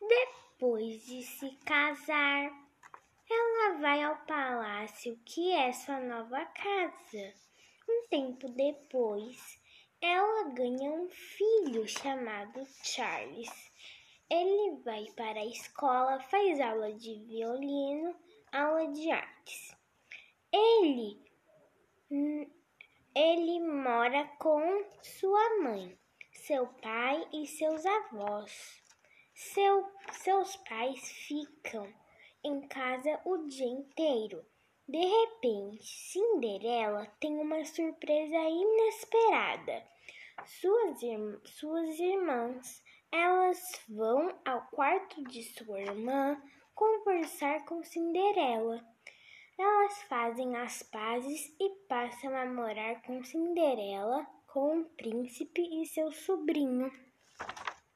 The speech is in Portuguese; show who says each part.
Speaker 1: Depois de se casar, ela vai ao palácio, que é sua nova casa. Um tempo depois, ela ganha um filho chamado Charles. Ele vai para a escola, faz aula de violino, aula de artes. Ele mora com sua mãe, seu pai e seus avós. Seus pais ficam em casa o dia inteiro. De repente, Cinderela tem uma surpresa inesperada. Suas irmãs, elas vão ao quarto de sua irmã conversar com Cinderela. Elas fazem as pazes e passam a morar com Cinderela, com o príncipe e seu sobrinho.